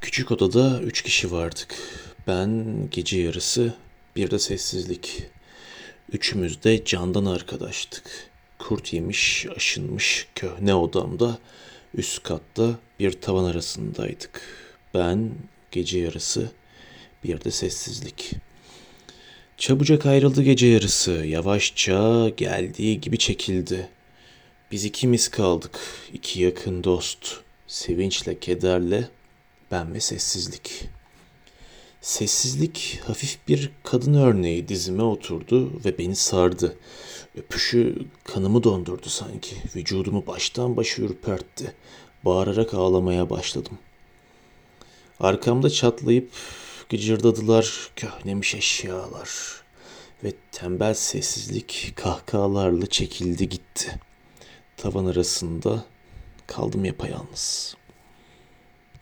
Küçük odada 3 kişi vardık. Ben, gece yarısı, bir de sessizlik. Üçümüz de candan arkadaştık. Kurt yemiş, aşınmış köhne odamda, üst katta bir tavan arasındaydık. Ben, gece yarısı, bir de sessizlik. Çabucak ayrıldı gece yarısı, yavaşça geldiği gibi çekildi. Biz ikimiz kaldık, iki yakın dost. Sevinçle, kederle, ben ve sessizlik. Sessizlik hafif bir kadın örneği dizime oturdu ve beni sardı. Öpüşü kanımı dondurdu sanki. Vücudumu baştan başa ürpertti. Bağırarak ağlamaya başladım. Arkamda çatlayıp gıcırdadılar köhnemiş eşyalar. Ve tembel sessizlik kahkahalarla çekildi gitti. Tavan arasında kaldım yapayalnız.